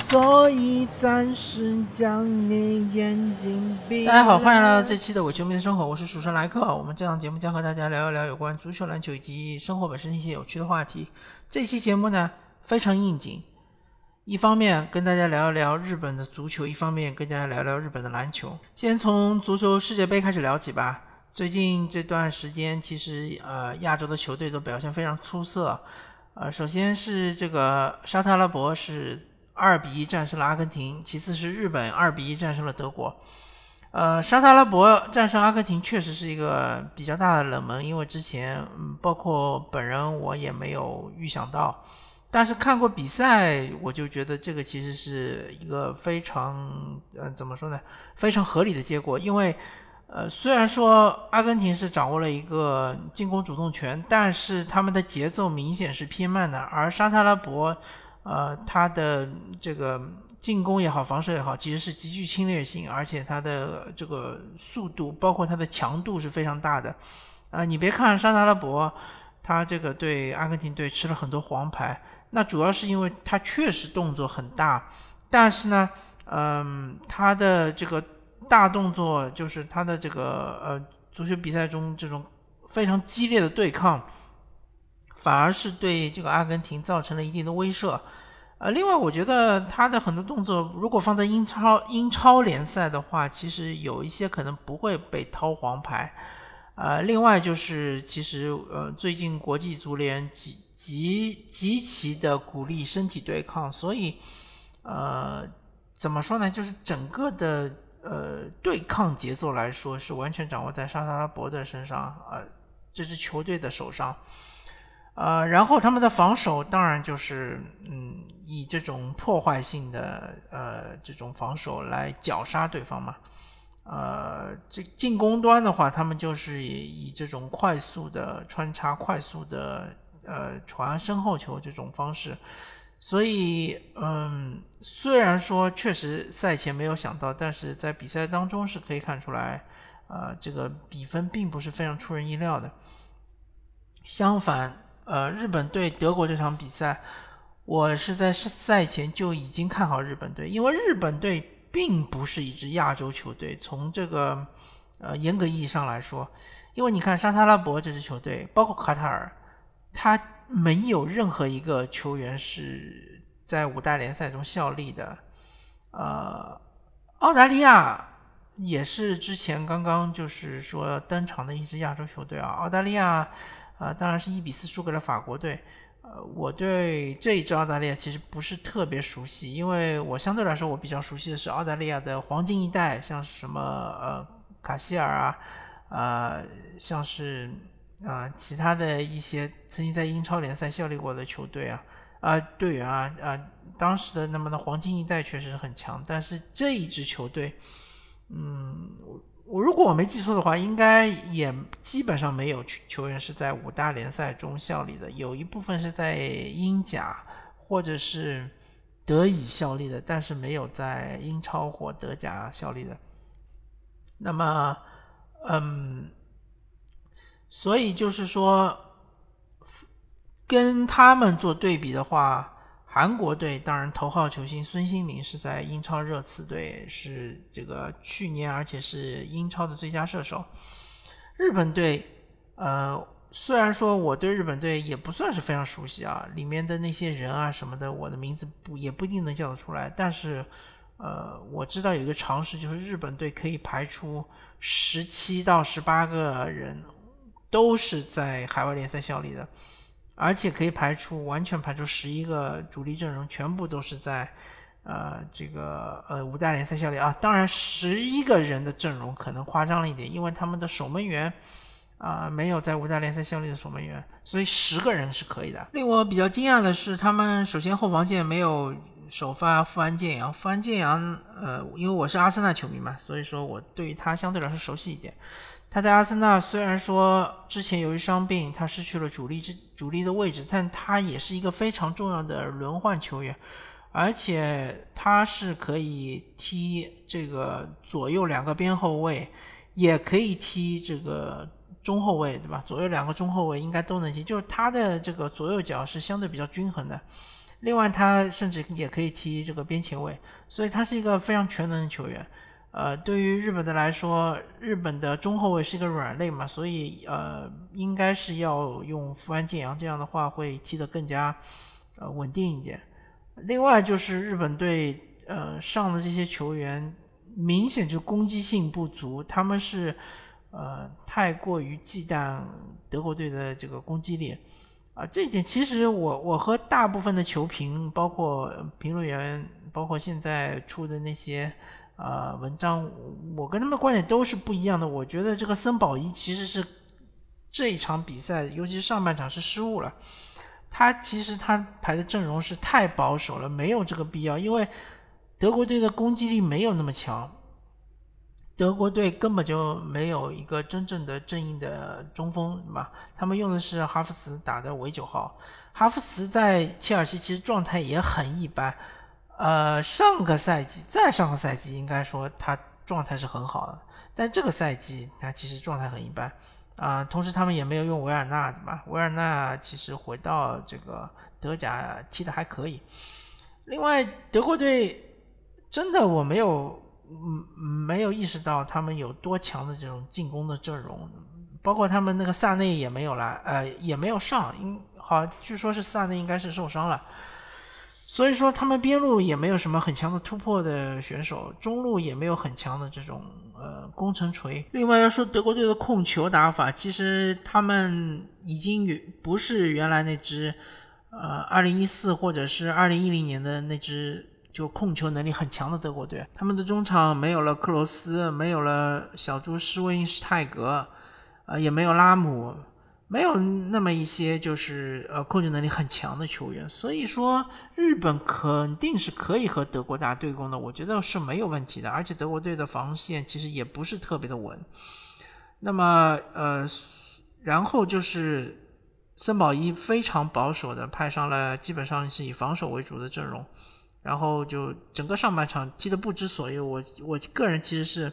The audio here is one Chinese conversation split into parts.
所以暂时将你眼睛闭。 大家好，欢迎来到这期的伪球迷的生活，我是主持人莱克。我们这档节目将和大家聊一聊有关足球、篮球以及生活本身一些有趣的话题。这期节目呢非常应景，一方面跟大家聊一聊日本的足球，一方面跟大家聊聊日本的篮球。先从足球世界杯开始聊起吧。最近这段时间，其实亚洲的球队都表现非常出色。首先是这个沙特阿拉伯是2-1战胜了阿根廷，其次是日本2-1战胜了德国。沙特阿拉伯战胜阿根廷确实是一个比较大的冷门，因为之前包括本人我也没有预想到，但是看过比赛我就觉得这个其实是一个非常怎么说呢，非常合理的结果。因为虽然说阿根廷是掌握了一个进攻主动权，但是他们的节奏明显是偏慢的，而沙特阿拉伯他的这个进攻也好，防守也好，其实是极具侵略性，而且他的这个速度，包括他的强度是非常大的。你别看沙特阿拉伯，他这个对阿根廷队吃了很多黄牌，那主要是因为他确实动作很大，但是呢，他的这个大动作，就是他的这个足球比赛中这种非常激烈的对抗，反而是对这个阿根廷造成了一定的威慑。另外我觉得他的很多动作如果放在英超联赛的话，其实有一些可能不会被掏黄牌。另外就是其实最近国际足联极其的鼓励身体对抗，所以怎么说呢，就是整个的对抗节奏来说是完全掌握在沙特阿拉伯的身上，这支球队的手上。然后他们的防守当然就是以这种破坏性的这种防守来绞杀对方嘛。这进攻端的话，他们就是以这种快速的穿插、快速的传身后球这种方式。所以虽然说确实赛前没有想到，但是在比赛当中是可以看出来这个比分并不是非常出人意料的。相反日本对德国这场比赛，我是在赛前就已经看好日本队，因为日本队并不是一支亚洲球队，从这个严格意义上来说，因为你看沙特阿拉伯这支球队，包括卡塔尔，他没有任何一个球员是在5大联赛中效力的。澳大利亚也是之前刚刚就是说登场的一支亚洲球队啊。澳大利亚当然是1-4输给了法国队。我对这一支澳大利亚其实不是特别熟悉，因为我相对来说我比较熟悉的是澳大利亚的黄金一代，像是什么卡希尔像是其他的一些曾经在英超联赛效力过的球队队员当时的那么的黄金一代确实很强，但是这一支球队如果我没记错的话，应该也基本上没有球员是在5大联赛中效力的，有一部分是在英甲或者是德乙效力的，但是没有在英超或德甲效力的。那么所以就是说跟他们做对比的话，韩国队当然头号球星孙兴民是在英超热刺队，是这个去年而且是英超的最佳射手。日本队虽然说我对日本队也不算是非常熟悉里面的那些人什么的我的名字也不一定能叫得出来，但是我知道有一个常识，就是日本队可以排出17到18个人都是在海外联赛效力的，而且可以完全排除11个主力阵容全部都是在这个5大联赛效力当然11个人的阵容可能夸张了一点，因为他们的守门员没有在5大联赛效力的守门员，所以10个人是可以的。令我比较惊讶的是，他们首先后防线没有首发富安健洋。因为我是阿森纳球迷嘛，所以说我对于他相对来说熟悉一点。他在阿森纳虽然说之前由于伤病他失去了主力的位置，但他也是一个非常重要的轮换球员，而且他是可以踢这个左右2个边后卫，也可以踢这个中后卫，对吧？左右2个中后卫应该都能踢，就是他的这个左右脚是相对比较均衡的。 另外他甚至也可以踢这个边前卫，所以他是一个非常全能的球员。对于日本的来说，日本的中后卫是一个软肋嘛，所以应该是要用福安健洋，这样的话会踢得更加稳定一点。另外就是日本队上的这些球员明显就攻击性不足，他们是太过于忌惮德国队的这个攻击力这一点其实我和大部分的球评，包括评论员，包括现在出的那些文章，我跟他们的观点都是不一样的。我觉得这个森保一其实是这一场比赛，尤其是上半场是失误了。其实他排的阵容是太保守了，没有这个必要，因为德国队的攻击力没有那么强，德国队根本就没有一个真正的正印的中锋嘛，他们用的是哈弗茨打的伪9号。哈弗茨在切尔西其实状态也很一般，上个赛季再上个赛季应该说他状态是很好的，但这个赛季他其实状态很一般同时他们也没有用维尔纳嘛，维尔纳其实回到这个德甲踢得还可以。另外德国队真的我没有意识到他们有多强的这种进攻的阵容，包括他们那个萨内也没有来也没有上，据说是萨内应该是受伤了，所以说他们边路也没有什么很强的突破的选手，中路也没有很强的这种攻城锤。另外要说德国队的控球打法，其实他们已经不是原来那支2014或者是2010年的那支就控球能力很强的德国队。他们的中场没有了克罗斯，没有了小猪施温因施泰格也没有拉姆，没有那么一些就是控制能力很强的球员，所以说日本肯定是可以和德国打对攻的，我觉得是没有问题的。而且德国队的防线其实也不是特别的稳。那么然后就是森保一非常保守的派上了基本上是以防守为主的阵容，然后就整个上半场踢得不知所以，我个人其实是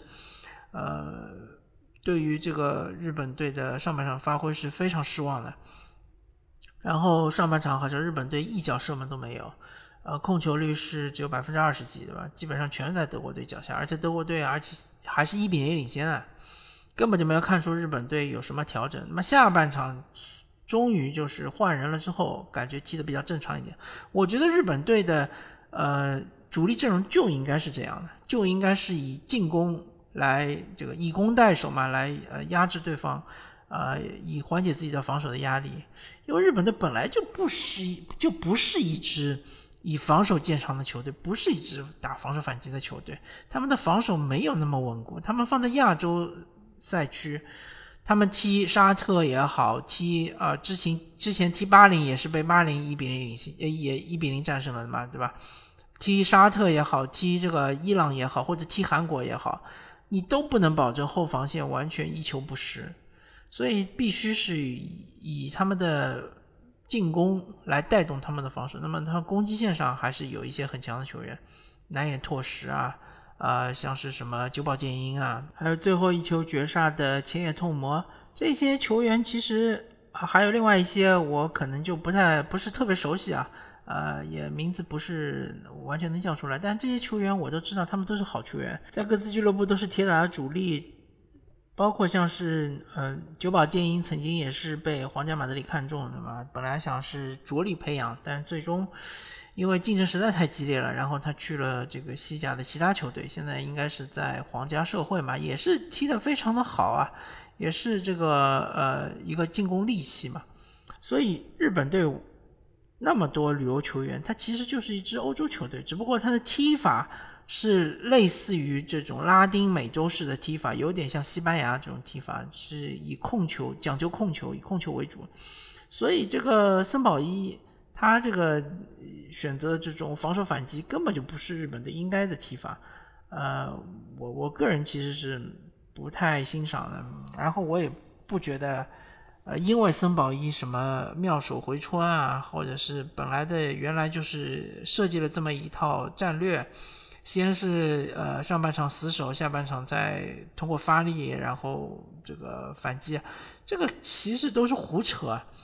对于这个日本队的上半场发挥是非常失望的。然后上半场好像日本队一脚射门都没有，控球率是只有20%几，对吧？基本上全是在德国队脚下，而且德国队还是1-0领先根本就没有看出日本队有什么调整。那么下半场终于就是换人了之后，感觉踢得比较正常一点。我觉得日本队的主力阵容就应该是这样的，就应该是以进攻来这个以攻代守嘛，来压制对方以缓解自己的防守的压力。因为日本队本来就不是一支以防守见长的球队，不是一支打防守反击的球队，他们的防守没有那么稳固。他们放在亚洲赛区，他们踢沙特也好，踢之前踢巴林也是被巴林1-0战胜了嘛，对吧？踢沙特也好，踢这个伊朗也好，或者踢韩国也好，你都不能保证后防线完全一球不失，所以必须是以他们的进攻来带动他们的防守。那么他们攻击线上还是有一些很强的球员，南野拓实像是什么久保建英还有最后一球绝杀的前野透磨，这些球员其实还有另外一些我可能就不是特别熟悉也名字不是完全能叫出来，但这些球员我都知道，他们都是好球员，在各自俱乐部都是铁打的主力。包括像是久保建英曾经也是被皇家马德里看中的嘛，本来想是着力培养，但最终因为竞争实在太激烈了，然后他去了这个西甲的其他球队，现在应该是在皇家社会嘛，也是踢得非常的好也是这个一个进攻利器嘛。所以日本队那么多旅游球员，他其实就是一支欧洲球队，只不过他的踢法是类似于这种拉丁美洲式的踢法，有点像西班牙这种踢法，是以控球讲究控球，以控球为主。所以这个森保一他这个选择这种防守反击根本就不是日本队应该的踢法，我个人其实是不太欣赏的。然后我也不觉得因为森保一什么妙手回春或者是本来的原来就是设计了这么一套战略，先是上半场死守，下半场再通过发力然后这个反击，这个其实都是胡扯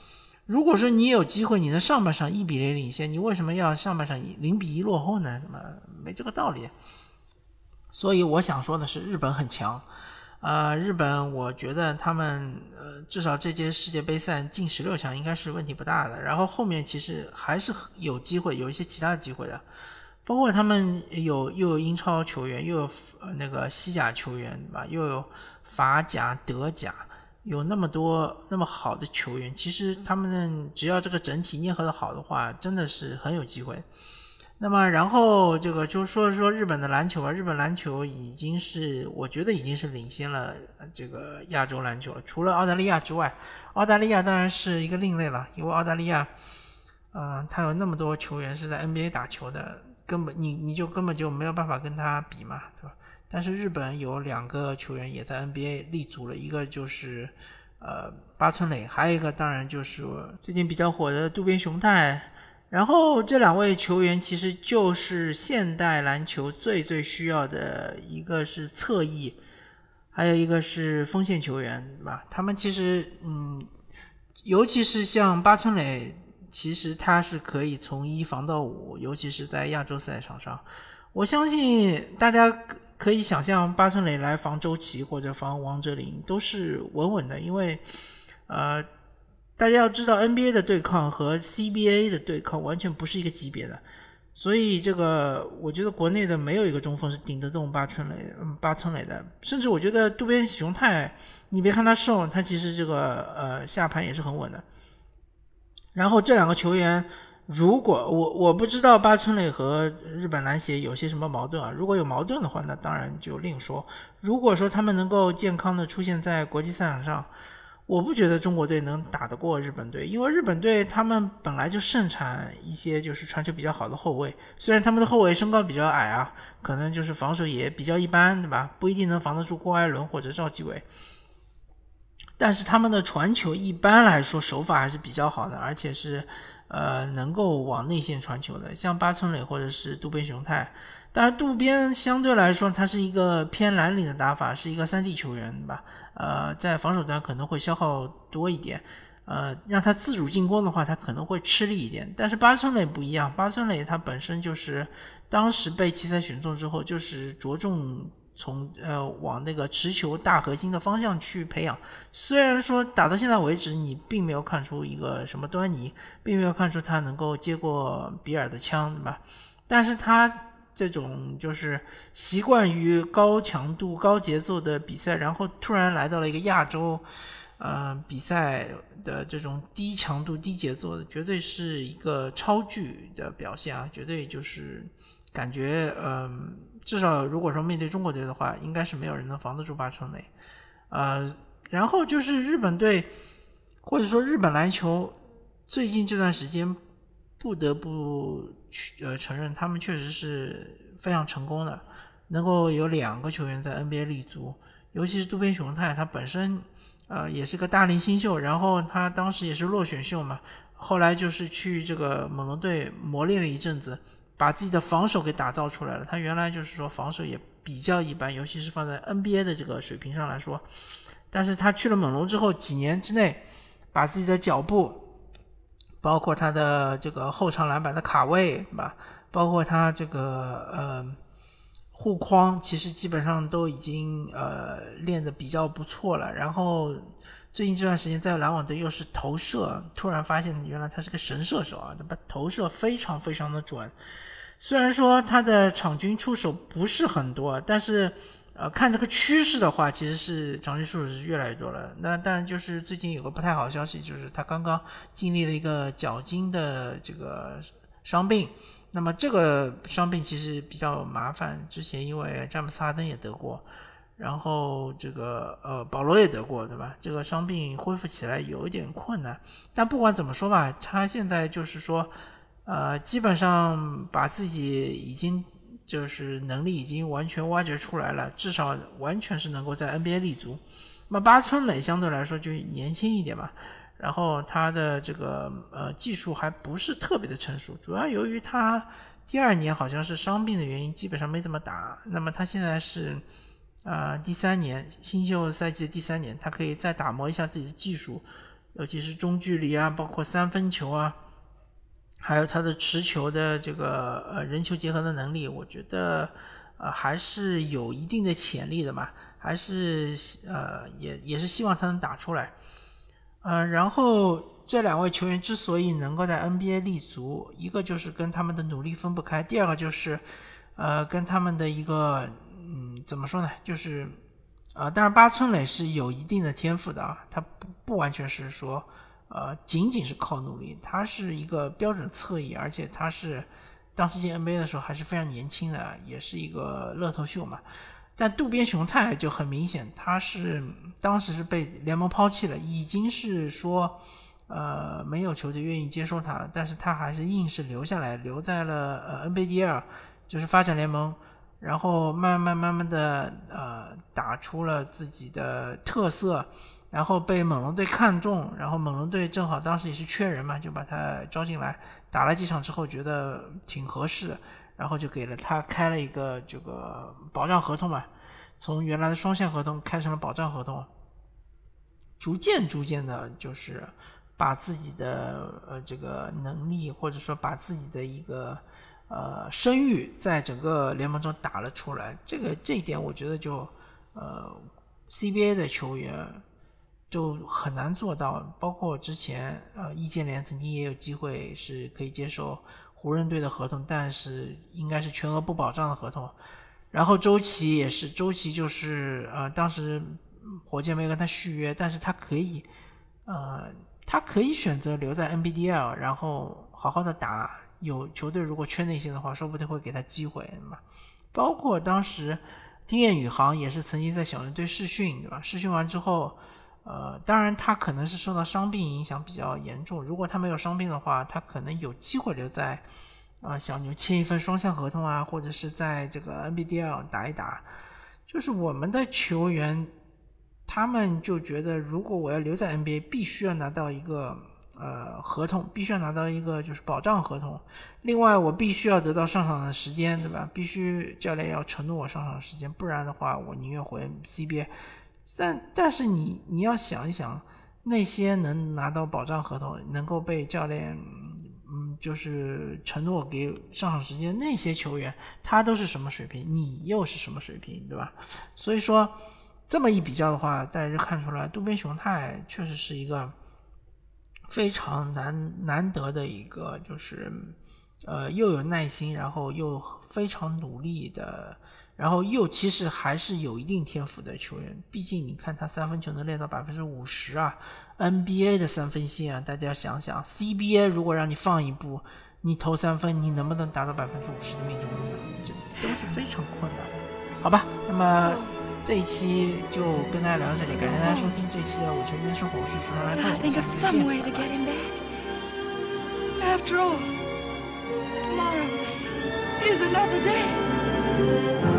如果说你有机会，你的上半场1-0领先，你为什么要上半场0-1落后呢？没这个道理。所以我想说的是，日本很强。日本我觉得他们至少这届世界杯赛进16强应该是问题不大的，然后后面其实还是有机会，有一些其他的机会的，包括他们又有英超球员，又有那个西甲球员，对吧？又有法甲、德甲，有那么多那么好的球员，其实他们只要这个整体捏合的好的话，真的是很有机会。那么然后这个就说日本的篮球吧，日本篮球我觉得已经是领先了这个亚洲篮球了，除了澳大利亚之外，澳大利亚当然是一个另类了，因为澳大利亚他有那么多球员是在 NBA 打球的，根本你就根本就没有办法跟他比嘛，对吧？但是日本有2个球员也在 NBA 立足了，一个就是八村垒，还有一个当然就是最近比较火的渡边雄太。然后这2位球员其实就是现代篮球最需要的，一个是侧翼，还有一个是锋线球员，对吧？他们其实尤其是像八村垒，其实他是可以从1防到5，尤其是在亚洲赛场上，我相信大家可以想象八村垒来防周琦或者防王哲林都是稳稳的，因为大家要知道 NBA 的对抗和 CBA 的对抗完全不是一个级别的，所以这个我觉得国内的没有一个中锋是顶得动八村垒的，甚至我觉得渡边雄太，你别看他瘦，他其实这个下盘也是很稳的。然后这2个球员，如果我不知道八村垒和日本篮协有些什么矛盾啊，如果有矛盾的话，那当然就另说。如果说他们能够健康的出现在国际赛场上，我不觉得中国队能打得过日本队，因为日本队他们本来就盛产一些就是传球比较好的后卫，虽然他们的后卫身高比较矮啊，可能就是防守也比较一般，对吧？不一定能防得住郭艾伦或者赵继伟，但是他们的传球一般来说手法还是比较好的，而且是能够往内线传球的，像八村垒或者是渡边雄太。当然渡边相对来说他是一个偏蓝领的打法，是一个3D 球员吧，在防守端可能会消耗多一点，让他自主进攻的话他可能会吃力一点。但是八村垒不一样，八村垒他本身就是当时被奇才选中之后就是着重从往那个持球大核心的方向去培养，虽然说打到现在为止你并没有看出一个什么端倪，并没有看出他能够接过比尔的枪，对吧？但是他这种就是习惯于高强度高节奏的比赛，然后突然来到了一个亚洲比赛的这种低强度低节奏的，绝对是一个超巨的表现啊！绝对就是感觉至少如果说面对中国队的话，应该是没有人能防得住八村垒。然后就是日本队或者说日本篮球最近这段时间不得不承认他们确实是非常成功的，能够有2个球员在 NBA 立足，尤其是渡边雄太，他本身也是个大龄新秀，然后他当时也是落选秀嘛，后来就是去这个猛龙队磨练了一阵子，把自己的防守给打造出来了。他原来就是说防守也比较一般，尤其是放在 NBA 的这个水平上来说，但是他去了猛龙之后几年之内把自己的脚步包括他的这个后场篮板的卡位吧，包括他这个护框，其实基本上都已经练得比较不错了。然后最近这段时间在篮网队又是投射，突然发现原来他是个神射手啊，投射非常非常的准。虽然说他的场均出手不是很多，但是看这个趋势的话，其实是场均出手是越来越多了。那当然就是最近有个不太好的消息，就是他刚刚经历了一个脚筋的这个伤病。那么这个伤病其实比较麻烦，之前因为詹姆斯哈登也得过，然后这个保罗也得过，对吧？这个伤病恢复起来有一点困难。但不管怎么说吧，他现在就是说基本上把自己已经就是能力已经完全挖掘出来了，至少完全是能够在 NBA 立足。那么八村垒相对来说就年轻一点嘛，然后他的这个技术还不是特别的成熟，主要由于他第2年好像是伤病的原因，基本上没怎么打。那么他现在是第3年，新秀赛季的第3年，他可以再打磨一下自己的技术， 尤其是中距离啊，包括三分球啊，还有他的持球的这个人球结合的能力，我觉得还是有一定的潜力的嘛，还是也是希望他能打出来。然后这两位球员之所以能够在 NBA 立足，一个就是跟他们的努力分不开，第二个就是跟他们的一个怎么说呢，就是当然八村垒是有一定的天赋的啊，他不完全是说仅仅是靠努力，他是一个标准侧翼，而且他是当时进 NBA 的时候还是非常年轻的，也是一个乐透秀嘛。但渡边雄太就很明显，他是当时是被联盟抛弃了，已经是说没有球队愿意接收他了，但是他还是硬是留下来，留在了NBDL， 就是发展联盟，然后慢慢的打出了自己的特色，然后被猛龙队看中，然后猛龙队正好当时也是缺人嘛，就把他招进来，打了几场之后觉得挺合适的，然后就给了他开了一个这个保障合同嘛，从原来的双线合同开成了保障合同，逐渐的就是把自己的这个能力，或者说把自己的一个声誉在整个联盟中打了出来。这一点我觉得就CBA 的球员就很难做到，包括之前易建联曾经也有机会是可以接受湖人队的合同，但是应该是全额不保障的合同。然后周琦也是，周琦就是当时火箭没跟他续约，但是他可以选择留在 NBDL， 然后好好的打，有球队如果缺内线的话，说不定会给他机会嘛。包括当时丁彦雨航也是曾经在小牛队试训，对吧？试训完之后当然他可能是受到伤病影响比较严重，如果他没有伤病的话，他可能有机会留在小牛签一份双向合同啊，或者是在这个 NBDL 打一打。就是我们的球员他们就觉得，如果我要留在 NBA 必须要拿到一个合同，必须要拿到一个就是保障合同，另外我必须要得到上场的时间，对吧？必须教练要承诺我上场的时间，不然的话我宁愿回 CBA。 但是你要想一想，那些能拿到保障合同，能够被教练就是承诺给上场时间那些球员，他都是什么水平，你又是什么水平，对吧？所以说这么一比较的话，大家就看出来渡边雄太确实是一个非常难得的一个，就是又有耐心，然后又非常努力的，然后又其实还是有一定天赋的球员。毕竟你看他三分球能练到 50% 啊， NBA 的三分线啊，大家想想 CBA 如果让你放一步，你投三分你能不能达到 50% 的命中率，这都是非常困难的。好吧，那么这一期就跟大家聊到这里，感谢大家收听这一期的伪球迷生活，我是主持人莱克，我们下期再见。 After all, tomorrow is another day.